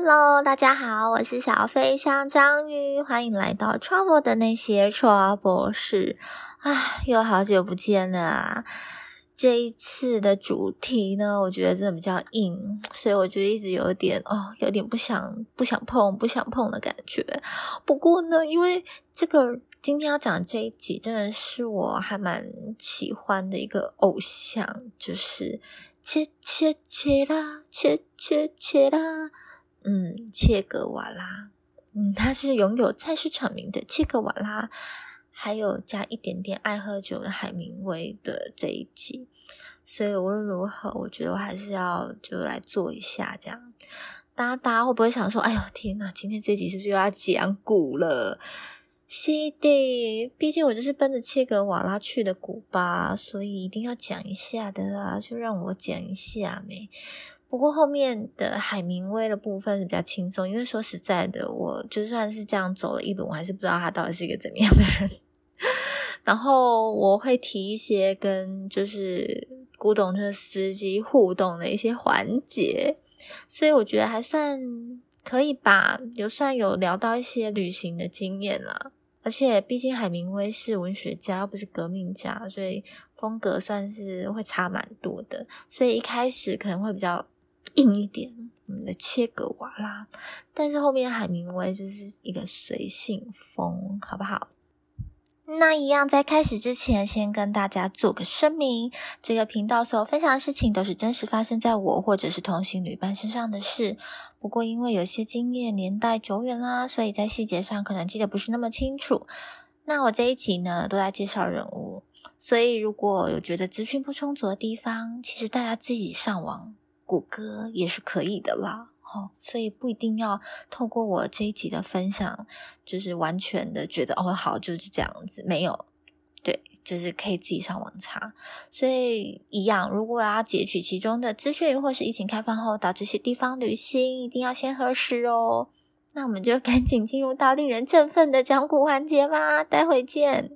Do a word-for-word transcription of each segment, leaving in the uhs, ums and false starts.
Hello， 大家好，我是小飞象章鱼，欢迎来到 Trouble 的那些 Trouble 事。唉，又好久不见了啊！这一次的主题呢，我觉得真的比较硬，所以我觉得一直有点哦，有点不想不想碰不想碰的感觉。不过呢，因为这个今天要讲的这一集真的是我还蛮喜欢的一个偶像，就是切切切啦，切切切啦。嗯，切格瓦拉，嗯，他是拥有菜市场名的切格瓦拉，还有加一点点爱喝酒的海明威的这一集，所以无论如何，我觉得我还是要就来做一下这样。大家大家会不会想说，哎呦天哪，今天这集是不是又要讲古了？是的，毕竟我就是奔着切格瓦拉去的古巴，所以一定要讲一下的啦，就让我讲一下没。不过后面的海明威的部分是比较轻松，因为说实在的，我就算是这样走了一轮，我还是不知道他到底是一个怎么样的人。然后我会提一些跟就是古董车司机互动的一些环节，所以我觉得还算可以吧，有算有聊到一些旅行的经验啦。而且毕竟海明威是文学家，又不是革命家，所以风格算是会差蛮多的。所以一开始可能会比较硬一点，我们的切格瓦拉，但是后面海明威就是一个随性风，好不好？那一样在开始之前，先跟大家做个声明，这个频道所有分享的事情都是真实发生在我或者是同行旅伴身上的事，不过因为有些经验年代久远啦，所以在细节上可能记得不是那么清楚。那我这一集呢都在介绍人物，所以如果有觉得资讯不充足的地方，其实大家自己上网谷歌也是可以的啦。哦，所以不一定要透过我这一集的分享，就是完全的觉得哦好就是这样子，没有，对，就是可以自己上网查。所以一样，如果要截取其中的资讯，或是疫情开放后到这些地方旅行，一定要先核实哦。那我们就赶紧进入到令人振奋的讲古环节吧，待会见。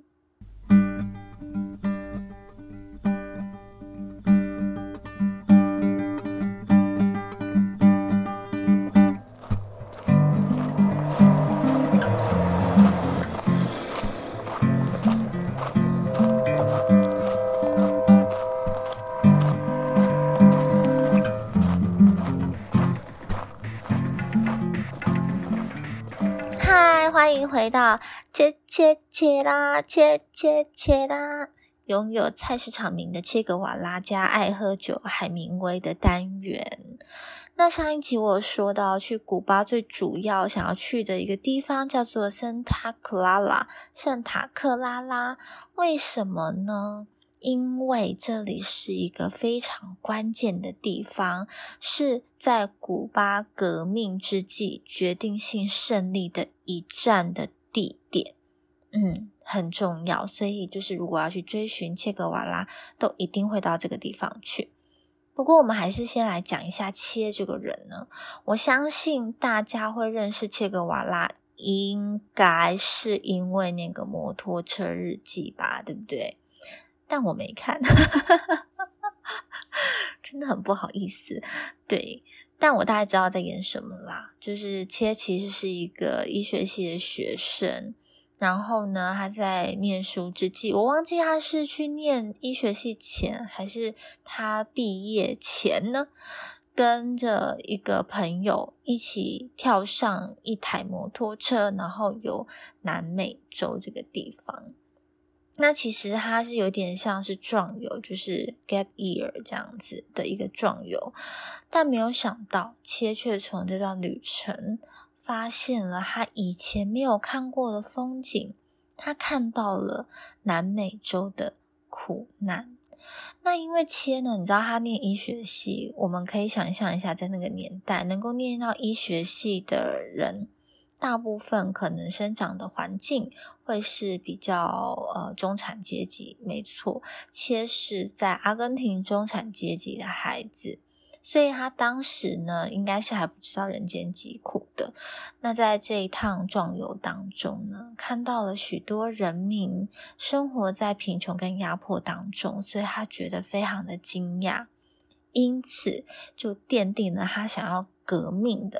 欢迎回到切切切啦，切切切啦，拥有菜市场名的切格瓦拉加爱喝酒海明威的单元。那上一集我有说到去古巴最主要想要去的一个地方叫做圣塔克拉拉，圣塔克拉拉，为什么呢？因为这里是一个非常关键的地方，是在古巴革命之际决定性胜利的一战的地点。嗯，很重要，所以就是如果要去追寻切格瓦拉，都一定会到这个地方去。不过我们还是先来讲一下切这个人呢。我相信大家会认识切格瓦拉，应该是因为那个摩托车日记吧，对不对？但我没看真的很不好意思。对，但我大概知道在演什么啦，就是切其实是一个医学系的学生，然后呢他在念书之际，我忘记他是去念医学系前还是他毕业前呢，跟着一个朋友一起跳上一台摩托车，然后游南美洲这个地方。那其实它是有点像是壮游，就是 gap year 这样子的一个壮游，但没有想到切却从这段旅程发现了他以前没有看过的风景，他看到了南美洲的苦难。那因为切呢，你知道他念医学系，我们可以想象一下，在那个年代能够念到医学系的人，大部分可能生长的环境会是比较呃中产阶级，没错，切是在阿根廷中产阶级的孩子，所以他当时呢应该是还不知道人间疾苦的。那在这一趟壮游当中呢，看到了许多人民生活在贫穷跟压迫当中，所以他觉得非常的惊讶，因此就奠定了他想要革命的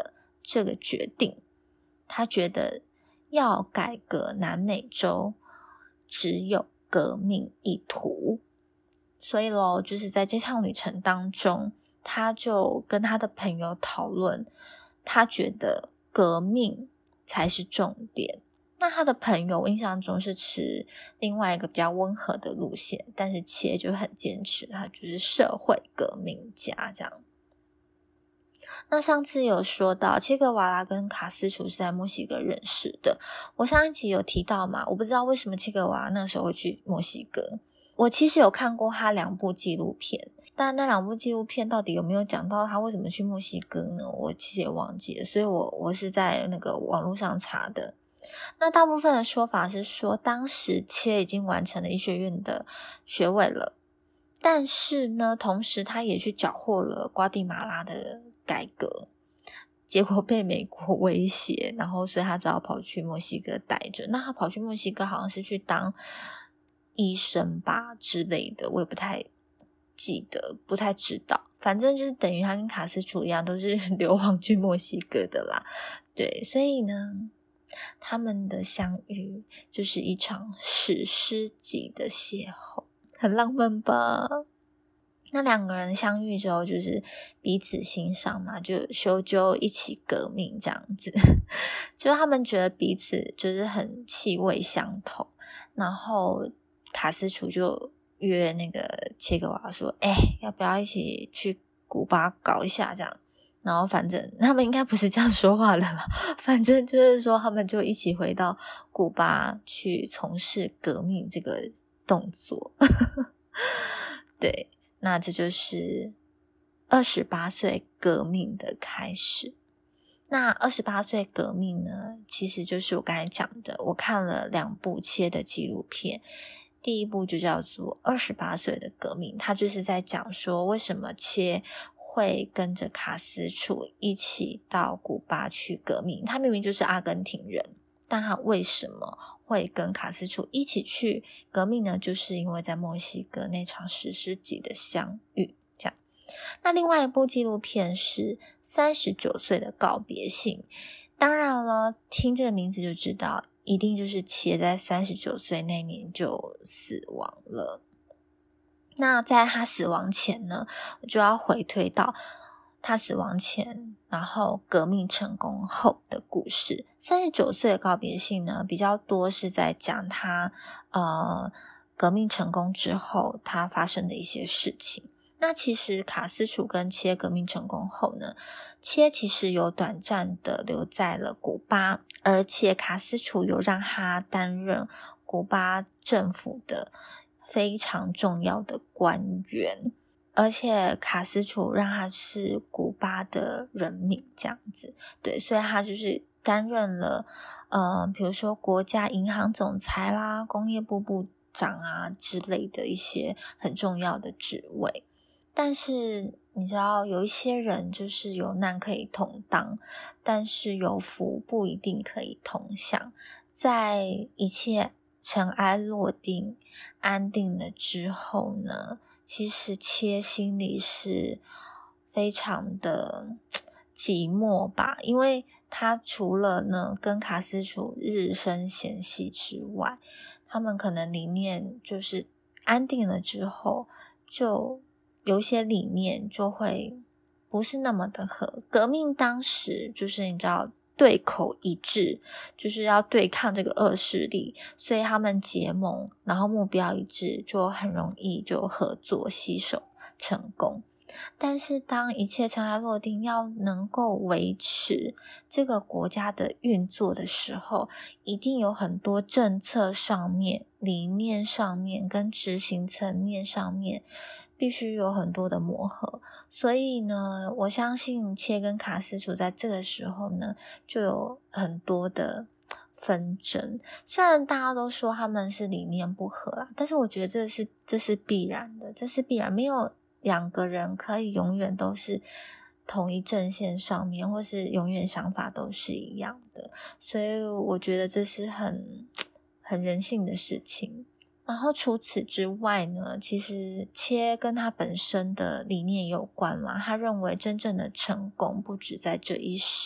这个决定，他觉得要改革南美洲只有革命一途。所以咯，就是在这趟旅程当中，他就跟他的朋友讨论，他觉得革命才是重点。那他的朋友我印象中是持另外一个比较温和的路线，但是切就很坚持，他就是社会革命家这样。那上次有说到切格瓦拉跟卡斯楚是在墨西哥认识的，我上一集有提到嘛，我不知道为什么切格瓦拉那时候会去墨西哥。我其实有看过他两部纪录片，但那两部纪录片到底有没有讲到他为什么去墨西哥呢？我其实也忘记了，所以我我是在那个网络上查的。那大部分的说法是说，当时切已经完成了医学院的学位了，但是呢，同时他也去缴获了瓜地马拉的改革，结果被美国威胁，然后所以他只好跑去墨西哥待着。那他跑去墨西哥好像是去当医生吧之类的，我也不太记得，不太知道。反正就是等于他跟卡斯楚一样，都是流亡去墨西哥的啦。对，所以呢，他们的相遇就是一场史诗级的邂逅，很浪漫吧？那两个人相遇之后，就是彼此欣赏嘛，就修就一起革命这样子。就他们觉得彼此就是很气味相投，然后卡斯楚就约那个切格瓦拉说，哎、欸，要不要一起去古巴搞一下这样？然后反正他们应该不是这样说话的啦，反正就是说他们就一起回到古巴去从事革命这个动作。对，那这就是二十八岁革命的开始。那二十八岁革命呢，其实就是我刚才讲的，我看了两部切的纪录片，第一部就叫做二十八岁的革命，它就是在讲说为什么切会跟着卡斯楚一起到古巴去革命。他明明就是阿根廷人，但他为什么会跟卡斯楚一起去革命呢？就是因为在墨西哥那场史诗级的相遇这样。那另外一部纪录片是三十九岁的告别信，当然了，听这个名字就知道一定就是切在三十九岁那年就死亡了。那在他死亡前呢，我就要回推到他死亡前，然后革命成功后的故事。三十九岁的告别信呢，比较多是在讲他呃革命成功之后他发生的一些事情。那其实卡斯楚跟切革命成功后呢，切其实有短暂的留在了古巴，而且卡斯楚有让他担任古巴政府的非常重要的官员，而且卡斯楚让他是古巴的人民这样子。对，所以他就是担任了呃，比如说国家银行总裁啦、工业部部长啊之类的一些很重要的职位。但是你知道有一些人就是有难可以同当，但是有福不一定可以同享。在一切尘埃落定安定了之后呢，其实切心里是非常的寂寞吧，因为他除了呢跟卡斯楚日生嫌隙之外，他们可能理念就是安定了之后，就有一些理念就会不是那么的合。革命当时就是你知道对口一致，就是要对抗这个恶势力，所以他们结盟，然后目标一致，就很容易就合作携手成功。但是当一切尘埃落定，要能够维持这个国家的运作的时候，一定有很多政策上面、理念上面跟执行层面上面必须有很多的磨合。所以呢，我相信切跟卡斯楚在这个时候呢，就有很多的纷争。虽然大家都说他们是理念不合啦，但是我觉得这是这是必然的，这是必然，没有两个人可以永远都是同一阵线上面，或是永远想法都是一样的。所以我觉得这是很很人性的事情。然后除此之外呢，其实切跟他本身的理念有关啦。他认为真正的成功不止在这一时，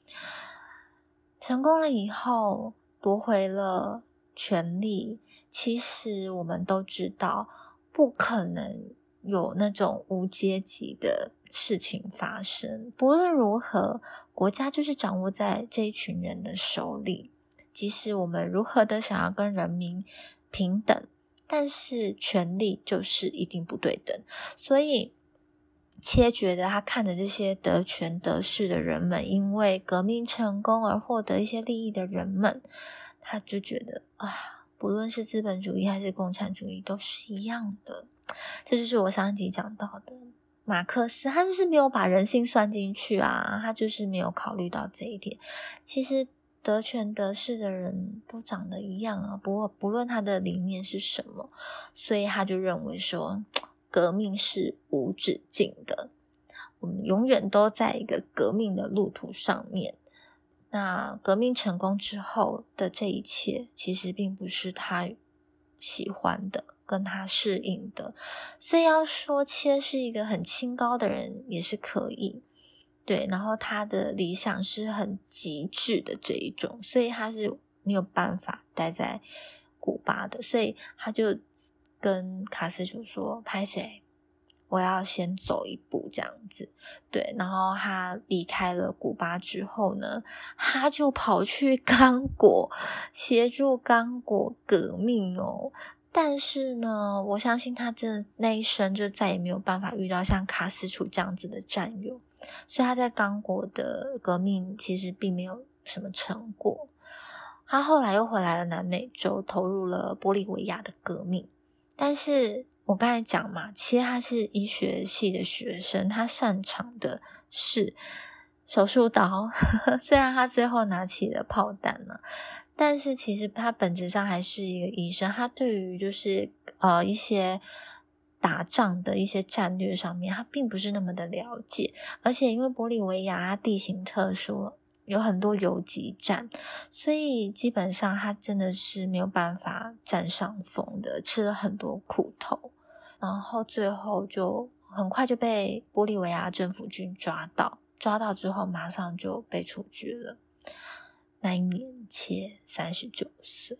成功了以后夺回了权利，其实我们都知道不可能有那种无阶级的事情发生，不论如何，国家就是掌握在这一群人的手里。即使我们如何的想要跟人民平等，但是权力就是一定不对等。所以切觉得他看着这些得权得势的人们，因为革命成功而获得一些利益的人们，他就觉得啊，不论是资本主义还是共产主义都是一样的。这就是我上一集讲到的马克思，他就是没有把人性算进去啊，他就是没有考虑到这一点。其实得权得势的人都长得一样啊，不过不论他的理念是什么，所以他就认为说革命是无止境的，我们永远都在一个革命的路途上面。那革命成功之后的这一切，其实并不是他喜欢的，跟他适应的。所以要说切是一个很清高的人，也是可以。对，然后他的理想是很极致的这一种，所以他是没有办法待在古巴的，所以他就跟卡斯楚说拍谁我要先走一步这样子。对，然后他离开了古巴之后呢，他就跑去刚果协助刚果革命哦。但是呢，我相信他真的那一生就再也没有办法遇到像卡斯楚这样子的战友，所以他在刚果的革命其实并没有什么成果。他后来又回来了南美洲，投入了玻利维亚的革命。但是我刚才讲嘛，其实他是医学系的学生，他擅长的是手术刀虽然他最后拿起了炮弹嘛，但是其实他本质上还是一个医生，他对于就是呃一些打仗的一些战略上面他并不是那么的了解，而且因为玻利维亚它地形特殊，有很多游击战，所以基本上他真的是没有办法占上风的，吃了很多苦头，然后最后就很快就被玻利维亚政府军抓到，抓到之后马上就被处决了。那一年切三十九岁。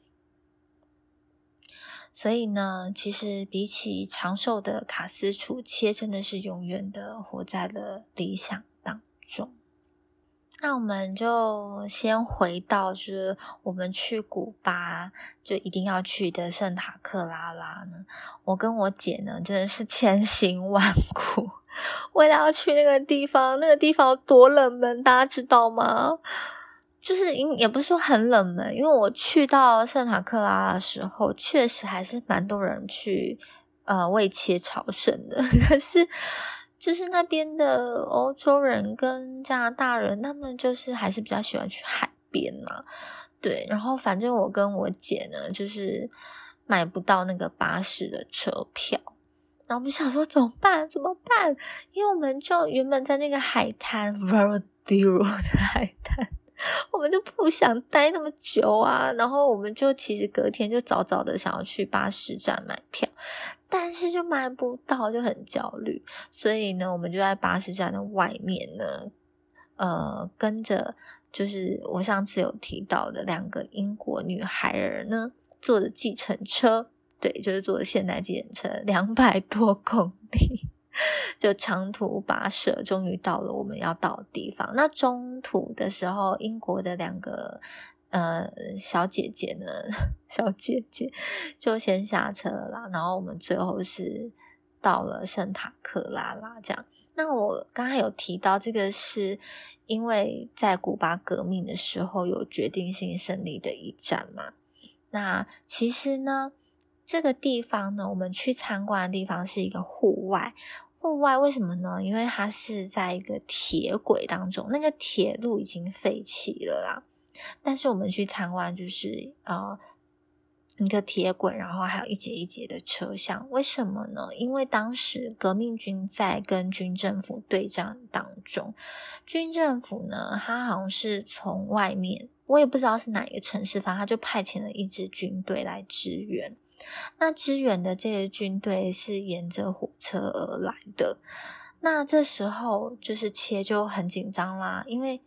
所以呢，其实比起长寿的卡斯楚，切真的是永远的活在了理想当中。那我们就先回到就是我们去古巴就一定要去的圣塔克拉拉呢，我跟我姐呢真的是千辛万苦为了要去那个地方，那个地方有多冷门大家知道吗？就是也不是说很冷门，因为我去到圣塔克拉的时候确实还是蛮多人去呃为切朝圣的，可是就是那边的欧洲人跟加拿大人他们就是还是比较喜欢去海边嘛。对，然后反正我跟我姐呢就是买不到那个巴士的车票，然后我们想说怎么办怎么办，因为我们就原本在那个海滩 Varadero 的海滩，我们就不想待那么久啊，然后我们就其实隔天就早早的想要去巴士站买票，但是就买不到，就很焦虑。所以呢，我们就在巴士站的外面呢，呃，跟着就是我上次有提到的两个英国女孩儿呢，坐的计程车，对，就是坐的现代计程车，两百多公里。就长途跋涉，终于到了我们要到的地方。那中途的时候，英国的两个呃小姐姐呢，小姐姐就先下车了啦。然后我们最后是到了圣塔克拉拉这样。那我刚才有提到，这个是因为在古巴革命的时候有决定性胜利的一战嘛。那其实呢，这个地方呢，我们去参观的地方是一个户外。户外为什么呢？因为它是在一个铁轨当中，那个铁路已经废弃了啦。但是我们去参观就是呃一个铁轨，然后还有一节一节的车厢。为什么呢？因为当时革命军在跟军政府对战当中，军政府呢，他好像是从外面，我也不知道是哪一个城市，反正他就派遣了一支军队来支援。那支援的这些军队是沿着火车而来的，那这时候就是切就很紧张啦，因为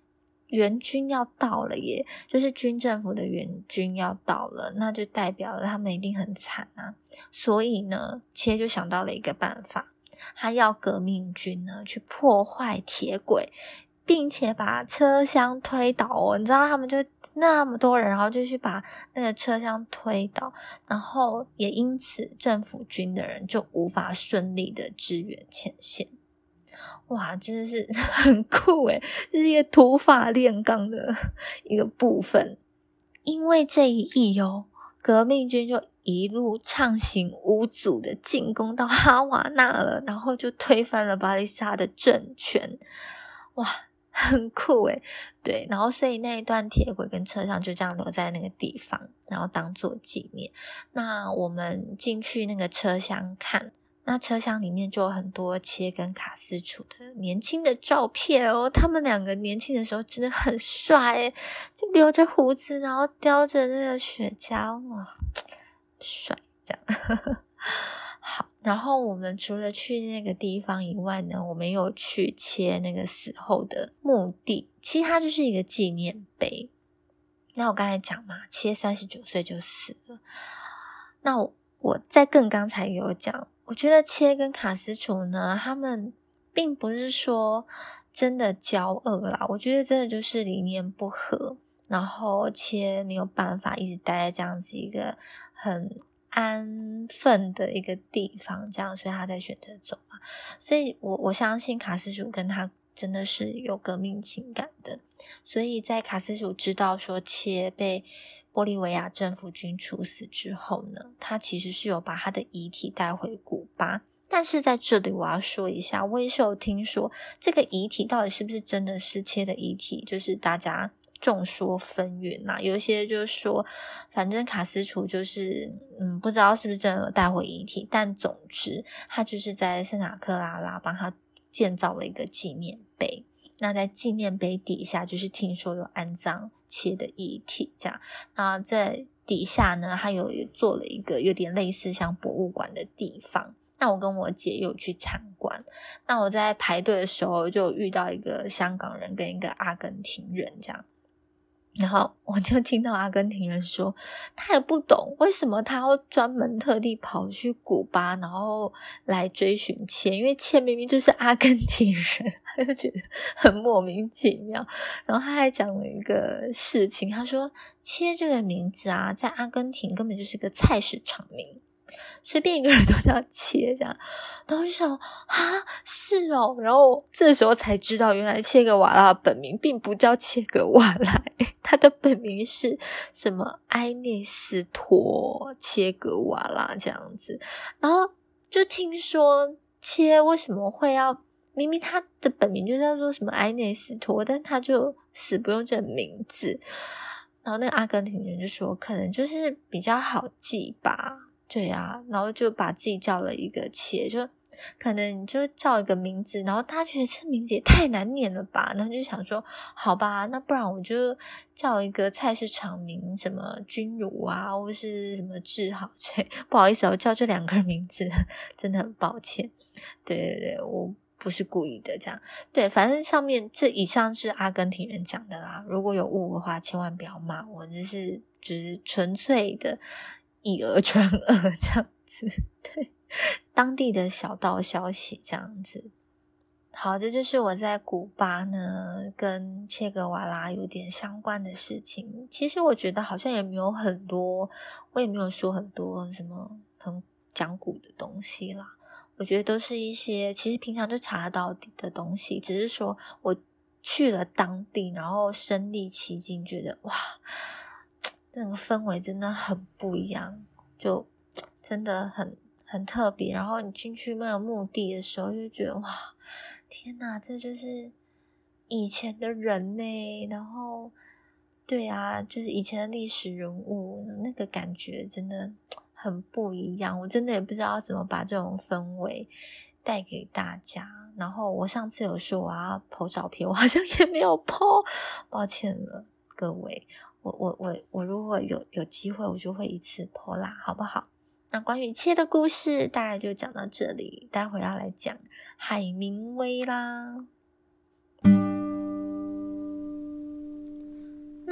援军要到了耶，就是军政府的援军要到了，那就代表了他们一定很惨啊。所以呢，切就想到了一个办法，他要革命军呢去破坏铁轨，并且把车厢推倒哦。你知道他们就那么多人，然后就去把那个车厢推倒，然后也因此政府军的人就无法顺利的支援前线。哇，真的是很酷诶，这是一个土法炼钢的一个部分。因为这一役哦，革命军就一路畅行无阻的进攻到哈瓦那了，然后就推翻了巴黎萨的政权。哇，很酷诶。对，然后所以那一段铁轨跟车厢就这样留在那个地方，然后当做纪念。那我们进去那个车厢看，那车厢里面就有很多切跟卡斯楚的年轻的照片哦，他们两个年轻的时候真的很帅诶，就留着胡子，然后叼着那个雪茄，哇，帅这样。好，然后我们除了去那个地方以外呢，我们有去切那个死后的墓地，其实它就是一个纪念碑。那我刚才讲嘛，切三十九岁就死了。那我我在更刚才有讲，我觉得切跟卡斯楚呢，他们并不是说真的交恶啦，我觉得真的就是理念不合，然后切没有办法一直待在这样子一个很安分的一个地方，这样，所以他才选择走嘛。所以我我相信卡斯楚跟他真的是有革命情感的，所以在卡斯楚知道说切被玻利维亚政府军处死之后呢，他其实是有把他的遗体带回古巴。但是在这里我要说一下，我也是有听说这个遗体到底是不是真的是切的遗体，就是大家众说纷纭啦。有一些就是说反正卡斯楚就是嗯，不知道是不是真的有带回遗体，但总之他就是在圣塔克拉拉帮他建造了一个纪念碑。那在纪念碑底下就是听说有安葬切的遗体这样，那在底下呢他有做了一个有点类似像博物馆的地方。那我跟我姐有去参观，那我在排队的时候就遇到一个香港人跟一个阿根廷人这样，然后我就听到阿根廷人说他也不懂为什么他要专门特地跑去古巴然后来追寻切，因为切明明就是阿根廷人，他就觉得很莫名其妙。然后他还讲了一个事情，他说切这个名字啊在阿根廷根本就是个菜市场名，随便一个人都叫切这样。然后就想啊，是哦，然后这时候才知道原来切格瓦拉的本名并不叫切格瓦拉，他的本名是什么埃内斯托切格瓦拉这样子。然后就听说切为什么会要，明明他的本名就叫做什么埃内斯托，但他就死不用这个名字。然后那个阿根廷人就说可能就是比较好记吧，对啊，然后就把自己叫了一个切，就可能你就叫一个名字，然后他觉得这名字也太难念了吧，然后就想说好吧，那不然我就叫一个菜市场名，什么君如啊或是什么志豪之类。不好意思我叫这两个名字真的很抱歉，对对对，我不是故意的这样。对，反正上面这以上是阿根廷人讲的啦，如果有误的话千万不要骂我，这是就是纯粹的以讹传讹这样子，对，当地的小道消息这样子。好，这就是我在古巴呢跟切格瓦拉有点相关的事情。其实我觉得好像也没有很多，我也没有说很多什么很讲古的东西啦，我觉得都是一些其实平常就查得到的东西，只是说我去了当地然后身临其境，觉得哇那个氛围真的很不一样，就真的很很特别。然后你进去那个墓地的时候就觉得哇天哪，这就是以前的人呢，然后对啊，就是以前的历史人物，那个感觉真的很不一样。我真的也不知道怎么把这种氛围带给大家。然后我上次有说我要 po 照片，我好像也没有 po， 抱歉了各位，我我我我如果有有机会我就会一次 po 啦，好不好？那关于切的故事大概就讲到这里，待会要来讲海明威啦。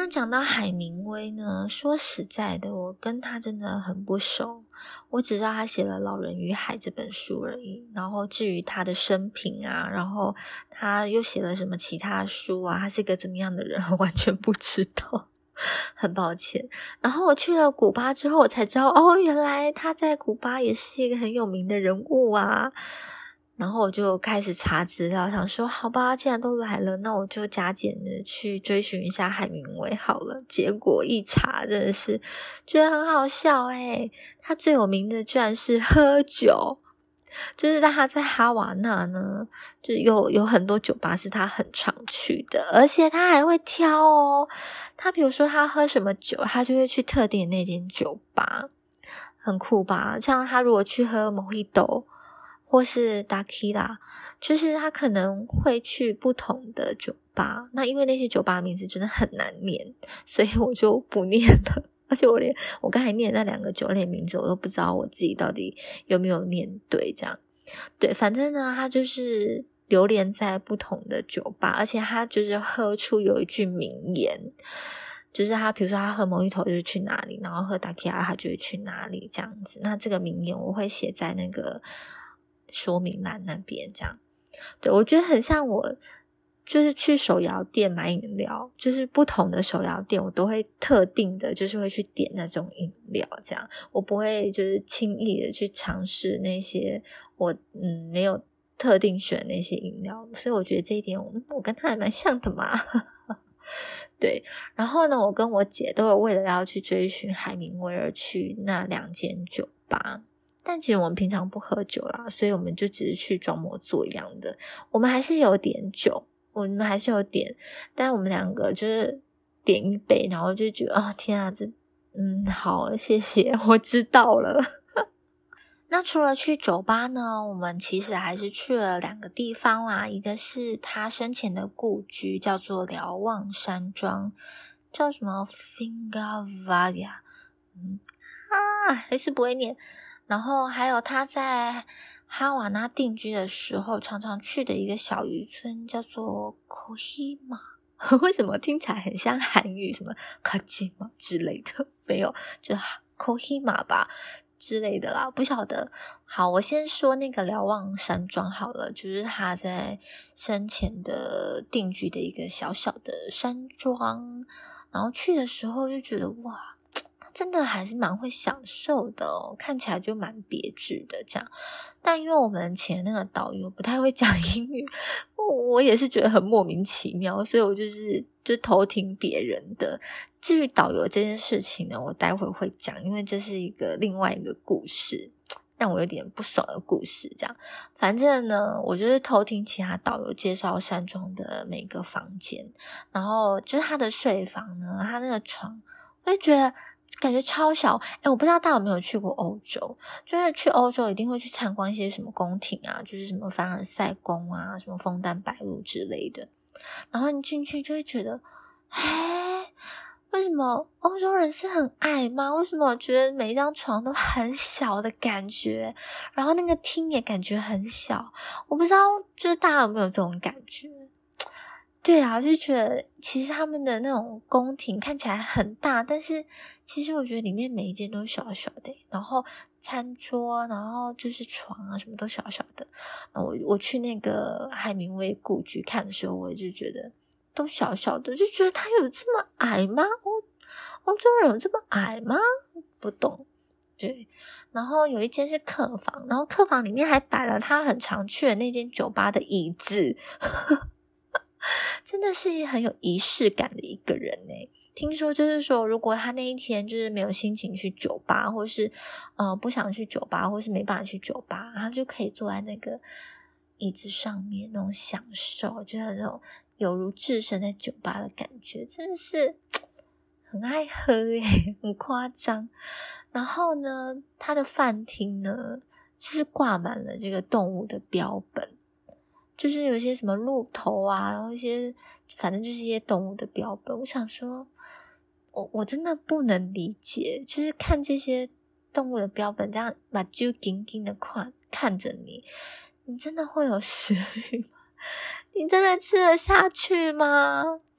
那讲到海明威呢，说实在的，我跟他真的很不熟，我只知道他写了《老人与海》这本书而已，然后至于他的生平啊，然后他又写了什么其他书啊，他是一个怎么样的人，我完全不知道，很抱歉。然后我去了古巴之后，我才知道，哦，原来他在古巴也是一个很有名的人物啊。然后我就开始查资料，想说好吧，既然都来了，那我就加减的去追寻一下海明威好了。结果一查，真的是觉得很好笑诶，他最有名的居然是喝酒，就是在他在哈瓦那呢，就有有很多酒吧是他很常去的，而且他还会挑哦。他比如说他喝什么酒，他就会去特定的那间酒吧，很酷吧？像他如果去喝 Mojito或是 Tequila， 就是他可能会去不同的酒吧，那因为那些酒吧的名字真的很难念，所以我就不念了。而且我连我刚才念的那两个酒类名字我都不知道我自己到底有没有念对，这样对，反正呢他就是流连在不同的酒吧，而且他就是喝出有一句名言，就是他比如说他喝某一头就是去哪里，然后喝 Tequila 他就会去哪里这样子。那这个名言我会写在那个说明栏那边，这样对，我觉得很像我就是去手摇店买饮料，就是不同的手摇店我都会特定的就是会去点那种饮料，这样我不会就是轻易的去尝试那些我嗯没有特定选那些饮料，所以我觉得这一点我我跟他还蛮像的嘛对，然后呢我跟我姐都有为了要去追寻海明威而去那两间酒吧，但其实我们平常不喝酒啦，所以我们就只是去装模作样的，我们还是有点酒，我们还是有点，但我们两个就是点一杯，然后就觉得啊、哦，天啊，这嗯好，谢谢，我知道了。那除了去酒吧呢，我们其实还是去了两个地方啦，一个是他生前的故居，叫做瞭望山庄，叫什么 Fingavarya， 嗯啊，还是不会念。然后还有他在哈瓦那定居的时候常常去的一个小渔村，叫做 Kohima。 为什么听起来很像韩语，什么 Kajima 之类的，没有，就 Kohima 吧之类的啦，不晓得。好，我先说那个瞭望山庄好了，就是他在生前的定居的一个小小的山庄，然后去的时候就觉得哇，真的还是蛮会享受的哦，看起来就蛮别致的这样。但因为我们请那个导游不太会讲英语，我也是觉得很莫名其妙，所以我就是就偷听别人的。至于导游这件事情呢，我待会会讲，因为这是一个另外一个故事，让我有点不爽的故事这样。反正呢我就是偷听其他导游介绍山庄的每个房间，然后就是他的睡房呢，他那个床我就觉得感觉超小。诶我不知道大家有没有去过欧洲，就是去欧洲一定会去参观一些什么宫廷啊，就是什么凡尔赛宫啊，什么枫丹白露之类的，然后你进去就会觉得诶为什么欧洲人是很矮吗？为什么我觉得每一张床都很小的感觉，然后那个厅也感觉很小，我不知道就是大家有没有这种感觉。对啊，就觉得其实他们的那种宫廷看起来很大，但是其实我觉得里面每一间都小小的，然后餐桌，然后就是床啊什么都小小的。我我去那个海明威故居看的时候，我就觉得都小小的，就觉得他有这么矮吗？欧欧洲人有这么矮吗？不懂。对，然后有一间是客房，然后客房里面还摆了他很常去的那间酒吧的椅子。真的是很有仪式感的一个人耶。听说就是说如果他那一天就是没有心情去酒吧，或是呃不想去酒吧，或是没办法去酒吧，他就可以坐在那个椅子上面那种享受，就是那种有如置身在酒吧的感觉，真的是很爱喝耶，很夸张。然后呢他的饭厅呢其实挂满了这个动物的标本，就是有一些什么鹿头啊，然后一些反正就是一些动物的标本。我想说我我真的不能理解，就是看这些动物的标本这样把就紧紧的看看着你，你真的会有食欲吗？你真的吃得下去吗？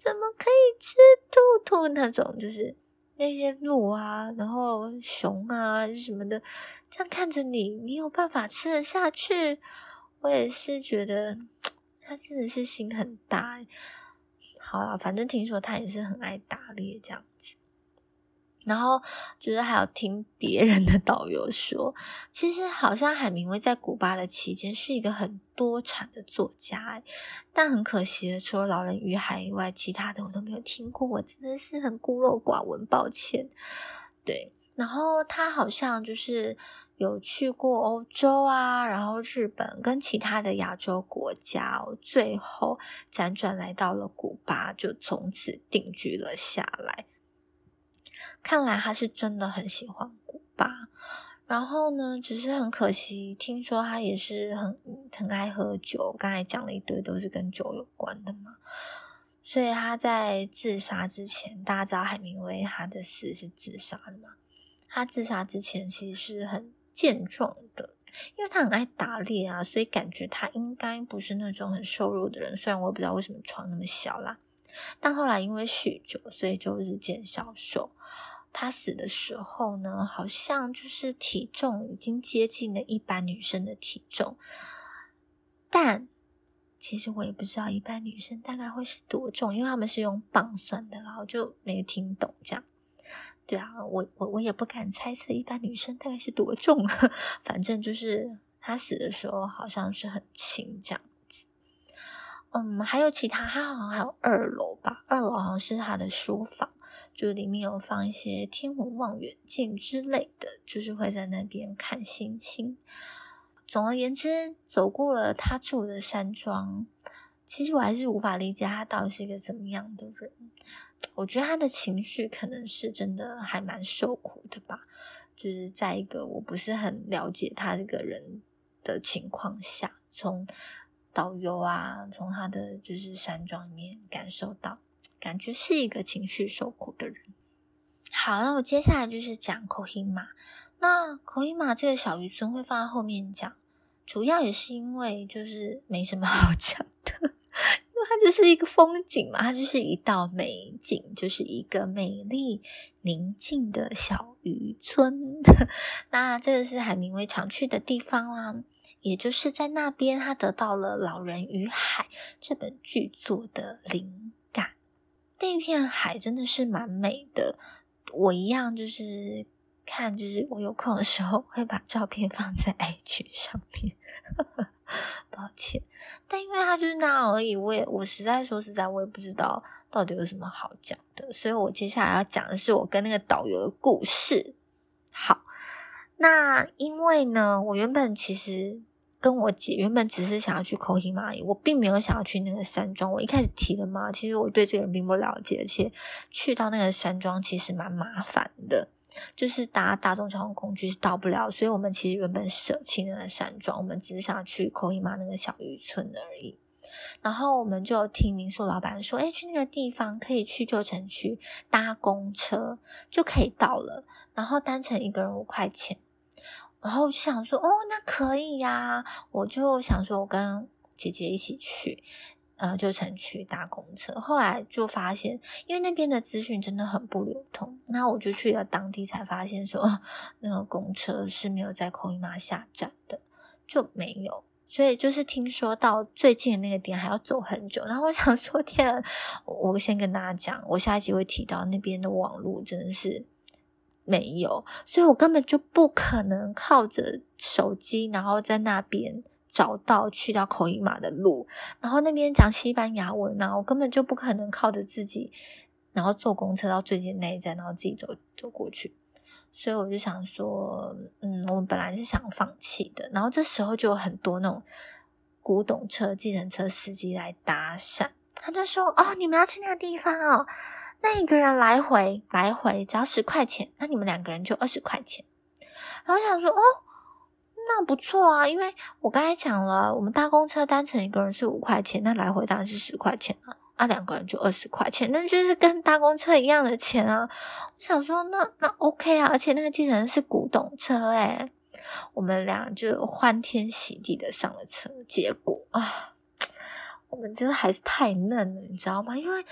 怎么可以吃兔兔那种，就是那些鹿啊，然后熊啊什么的，这样看着你，你有办法吃得下去？我也是觉得他真的是心很大。好啦，反正听说他也是很爱打猎这样子。然后就是还有听别人的导游说，其实好像海明威在古巴的期间是一个很多产的作家，但很可惜的，除了《老人与海》以外，其他的我都没有听过，我真的是很孤陋寡闻，抱歉。对，然后他好像就是有去过欧洲啊，然后日本跟其他的亚洲国家哦，最后辗转来到了古巴，就从此定居了下来。看来他是真的很喜欢古巴，然后呢，只是很可惜，听说他也是很很爱喝酒，刚才讲了一堆都是跟酒有关的嘛，所以他在自杀之前，大家知道海明威他的死是自杀的嘛，他自杀之前其实是很健壮的，因为他很爱打猎啊，所以感觉他应该不是那种很瘦弱的人，虽然我也不知道为什么床那么小啦，但后来因为酗酒，所以就日渐消瘦。他死的时候呢，好像就是体重已经接近了一般女生的体重，但其实我也不知道一般女生大概会是多重，因为他们是用磅算的，然后就没听懂这样。对啊，我我我也不敢猜测一般女生大概是多重，反正就是他死的时候好像是很轻这样子。嗯，还有其他，他好像还有二楼吧，二楼好像是他的书房。就里面有放一些天文望远镜之类的，就是会在那边看星星。总而言之，走过了他住的山庄，其实我还是无法理解他到底是一个怎么样的人。我觉得他的情绪可能是真的还蛮受苦的吧，就是在一个我不是很了解他这个人的情况下，从导游啊，从他的就是山庄里面感受到，感觉是一个情绪受苦的人。好，那我接下来就是讲 Kohima。 那 Kohima 这个小渔村会放在后面讲，主要也是因为就是没什么好讲的，因为它就是一个风景嘛，它就是一道美景，就是一个美丽宁静的小渔村。那这个是海明威常去的地方啦，也就是在那边他得到了《老人与海》这本剧作的灵感。那片海真的是蛮美的，我一样就是看，就是我有空的时候会把照片放在 I G 上面抱歉，但因为它就是那样而已，我也我实在说实在我也不知道到底有什么好讲的，所以我接下来要讲的是我跟那个导游的故事。好，那因为呢我原本其实跟我姐原本只是想要去 Kohima 而已，我并没有想要去那个山庄。我一开始提了嘛，其实我对这个人并不了解，而且去到那个山庄其实蛮麻烦的，就是搭大众交通工具是到不了，所以我们其实原本舍弃那个山庄，我们只是想要去 Kohima 那个小渔村而已。然后我们就听民宿老板说，诶，去那个地方可以去旧城区搭公车就可以到了，然后单程一个人五块钱。然后我就想说，哦，那可以呀，我就想说我跟姐姐一起去呃，旧城区搭公车。后来就发现因为那边的资讯真的很不流通，那我就去了当地才发现说，哦，那个公车是没有在 Kohima 下站的，就没有，所以就是听说到最近的那个点还要走很久。然后我想说，天啊，我先跟大家讲，我下一集会提到那边的网络真的是没有，所以我根本就不可能靠着手机然后在那边找到去到Kohima的路，然后那边讲西班牙文啊，我根本就不可能靠着自己然后坐公车到最近那一站然后自己走走过去。所以我就想说嗯，我们本来是想放弃的。然后这时候就有很多那种古董车计程车司机来搭讪，他就说，哦，你们要去那个地方哦，那一个人来回来回只要十块钱，那你们两个人就二十块钱。然后我想说，哦，那不错啊，因为我刚才讲了，我们搭公车单程一个人是五块钱，那来回当然是十块钱啊，啊两个人就二十块钱，那就是跟搭公车一样的钱啊。我想说，那那 OK 啊，而且那个计程是古董车诶，我们俩就欢天喜地的上了车。结果啊，我们真的还是太嫩了，你知道吗？因为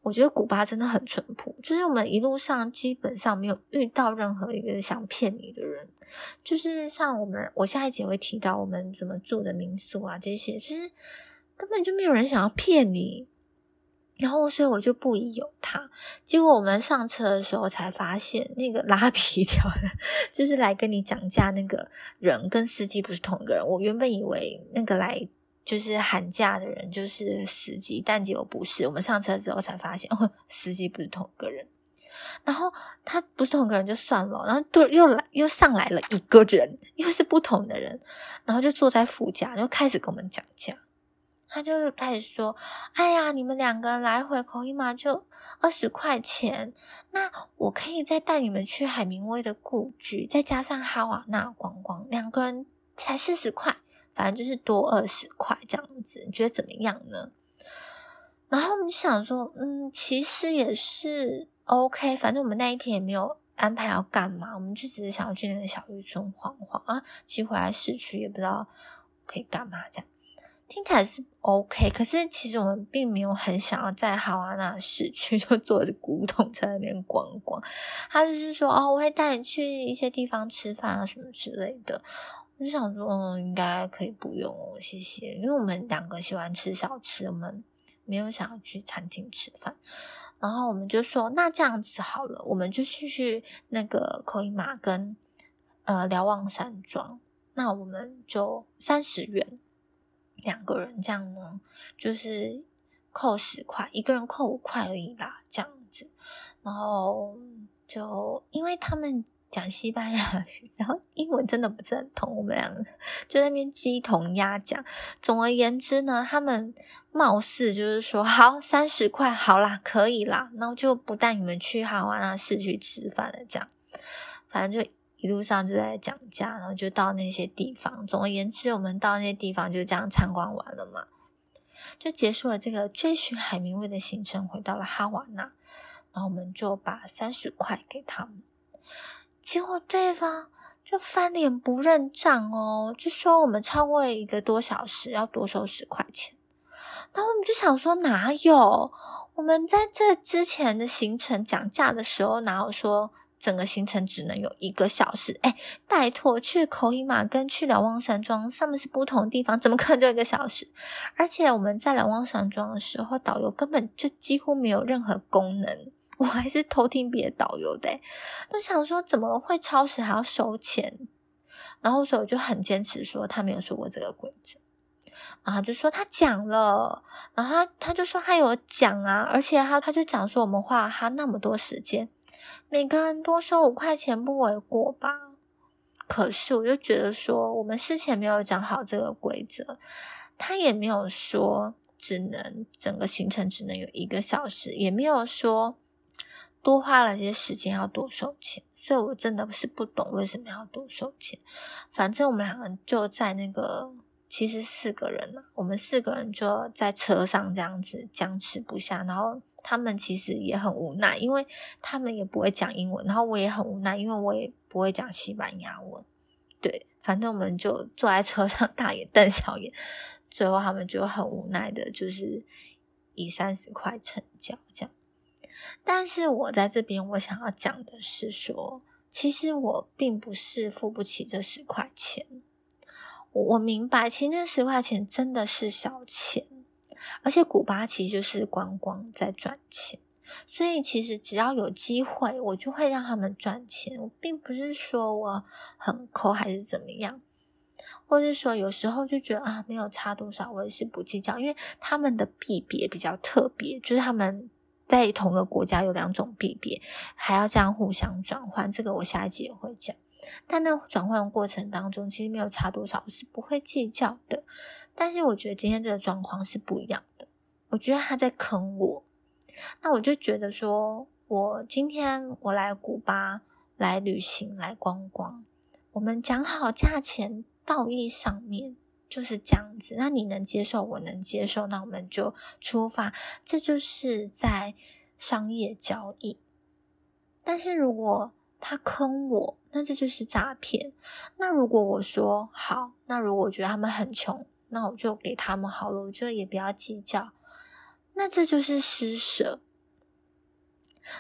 我觉得古巴真的很淳朴，就是我们一路上基本上没有遇到任何一个想骗你的人，就是像我们我下一节会提到我们怎么住的民宿啊，这些就是根本就没有人想要骗你，然后所以我就不疑有他。结果我们上车的时候才发现，那个拉皮条的就是来跟你讲价那个人跟司机不是同一个人。我原本以为那个来就是喊价的人就是司机，但结果不是，我们上车之后才发现哦，司机不是同一个人。然后他不是同一个人就算了，然后对又来又上来了一个人，又是不同的人，然后就坐在副驾，就开始跟我们讲价。他就开始说，哎呀，你们两个人来回口音嘛就二十块钱，那我可以再带你们去海明威的故居，再加上哈瓦那观光，两个人才四十块，反正就是多二十块这样子，你觉得怎么样呢？然后我们就想说，嗯，其实也是 OK， 反正我们那一天也没有安排要干嘛，我们就只是想要去那个小渔村晃晃啊，其实回来市区也不知道可以干嘛这样。听起来是 OK， 可是其实我们并没有很想要在哈瓦那市区就坐着古董在那边逛逛。他就是说哦，我会带你去一些地方吃饭啊什么之类的。我就想说，嗯，应该可以不用哦，谢谢。因为我们两个喜欢吃小吃，我们没有想要去餐厅吃饭。然后我们就说，那这样子好了，我们就去去那个口音马跟呃瞭望山庄，那我们就三十元。两个人这样呢，就是扣十块，一个人扣五块而已啦，这样子。然后就因为他们讲西班牙语，然后英文真的不是很通，我们两个就在那边鸡同鸭讲。总而言之呢，他们貌似就是说，好，三十块，好啦，可以啦，然后就不带你们去哈瓦那市区吃饭了，这样，反正就。一路上就在讲价，然后就到那些地方。总而言之，我们到那些地方就这样参观完了嘛，就结束了这个追寻海明威的行程，回到了哈瓦那。然后我们就把三十块给他们，结果对方就翻脸不认账哦，就说我们超过一个多小时要多收十块钱。然后我们就想说，哪有？我们在这之前的行程讲价的时候，哪有说整个行程只能有一个小时？哎，拜托，去口音马跟去瞭望山庄上面是不同的地方，怎么可能就一个小时？而且我们在瞭望山庄的时候，导游根本就几乎没有任何功能，我还是偷听别的导游的，都想说怎么会超时还要收钱？然后所以我就很坚持说他没有说过这个规则。然后他就说他讲了，然后他他就说他有讲啊，而且他他就讲说我们花了他那么多时间，每个人多收五块钱不为过吧？可是我就觉得说，我们事前没有讲好这个规则，他也没有说只能整个行程只能有一个小时，也没有说多花了些时间要多收钱，所以我真的是不懂为什么要多收钱。反正我们两个人就在那个。其实四个人啊，我们四个人就在车上这样子僵持不下，然后他们其实也很无奈，因为他们也不会讲英文，然后我也很无奈，因为我也不会讲西班牙文。对，反正我们就坐在车上大眼瞪小眼，最后他们就很无奈的，就是以三十块成交这样。但是我在这边我想要讲的是说，其实我并不是付不起这十块钱。我明白，其实那十块钱真的是小钱，而且古巴其实就是观光在赚钱，所以其实只要有机会，我就会让他们赚钱。我并不是说我很抠还是怎么样，或是说有时候就觉得啊没有差多少，我也是不计较，因为他们的币别比较特别，就是他们在同个国家有两种币别，还要这样互相转换，这个我下一集也会讲。但那转换的过程当中其实没有差多少，我是不会计较的。但是我觉得今天这个状况是不一样的，我觉得他在坑我。那我就觉得说，我今天我来古巴来旅行来观光，我们讲好价钱道义上面就是这样子，那你能接受我能接受，那我们就出发，这就是在商业交易。但是如果他坑我，那这就是诈骗。那如果我说好，那如果我觉得他们很穷，那我就给他们好了，我就也不要计较，那这就是施舍。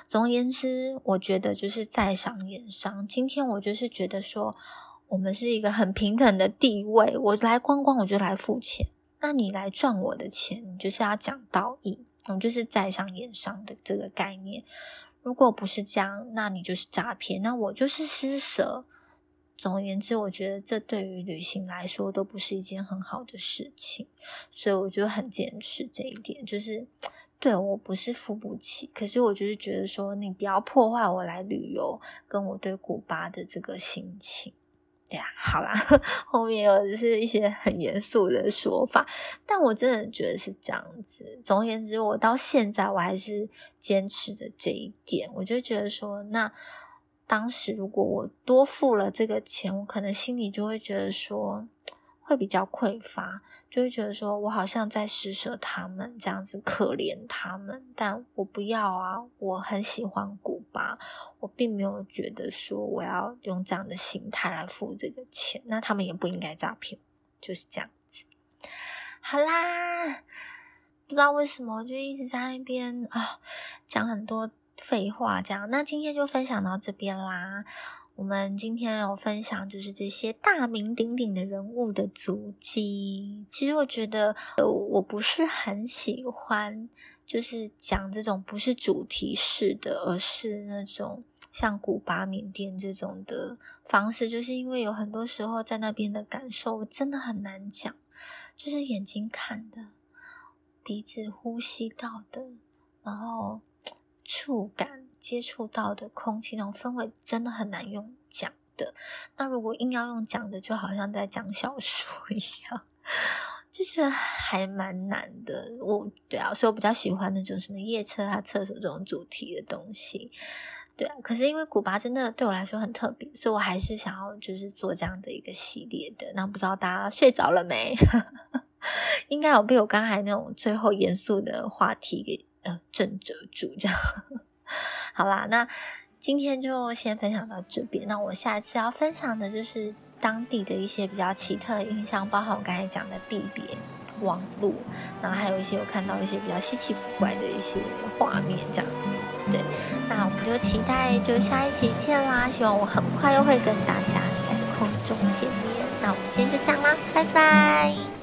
总而言之，我觉得就是在商言商。今天我就是觉得说，我们是一个很平等的地位，我来观光我就来付钱，那你来赚我的钱，你就是要讲道义，我们就是在商言商的这个概念。如果不是这样，那你就是诈骗，那我就是施舍。总而言之，我觉得这对于旅行来说都不是一件很好的事情，所以我就很坚持这一点，就是对我不是付不起，可是我就是觉得说你不要破坏我来旅游跟我对古巴的这个心情。对啊，好啦，后面有就是一些很严肃的说法，但我真的觉得是这样子。总而言之，我到现在我还是坚持着这一点，我就觉得说，那当时如果我多付了这个钱，我可能心里就会觉得说会比较匮乏，就会觉得说我好像在施舍他们，这样子可怜他们，但我不要啊，我很喜欢古巴，我并没有觉得说我要用这样的心态来付这个钱，那他们也不应该诈骗，就是这样子。好啦，不知道为什么就一直在那边啊讲很多废话这样，那今天就分享到这边啦。我们今天有分享就是这些大名鼎鼎的人物的足迹。其实我觉得呃我不是很喜欢就是讲这种不是主题式的，而是那种像古巴、缅甸这种的方式，就是因为有很多时候在那边的感受真的很难讲，就是眼睛看的，鼻子呼吸到的，然后触感接触到的空气那种氛围真的很难用讲的，那如果硬要用讲的，就好像在讲小说一样，就觉得还蛮难的。我对啊，所以我比较喜欢那种什么夜车啊、厕所这种主题的东西。对啊，可是因为古巴真的对我来说很特别，所以我还是想要就是做这样的一个系列的。那不知道大家睡着了没？应该有被我刚才那种最后严肃的话题给呃震慑住这样。好啦，那今天就先分享到这边，那我下一次要分享的就是当地的一些比较奇特的印象，包含我刚才讲的币别、网路，然后还有一些我看到一些比较稀奇古怪的一些画面这样子。对，那我们就期待就下一期见啦，希望我很快又会跟大家在空中见面。那我们今天就这样啦，拜拜。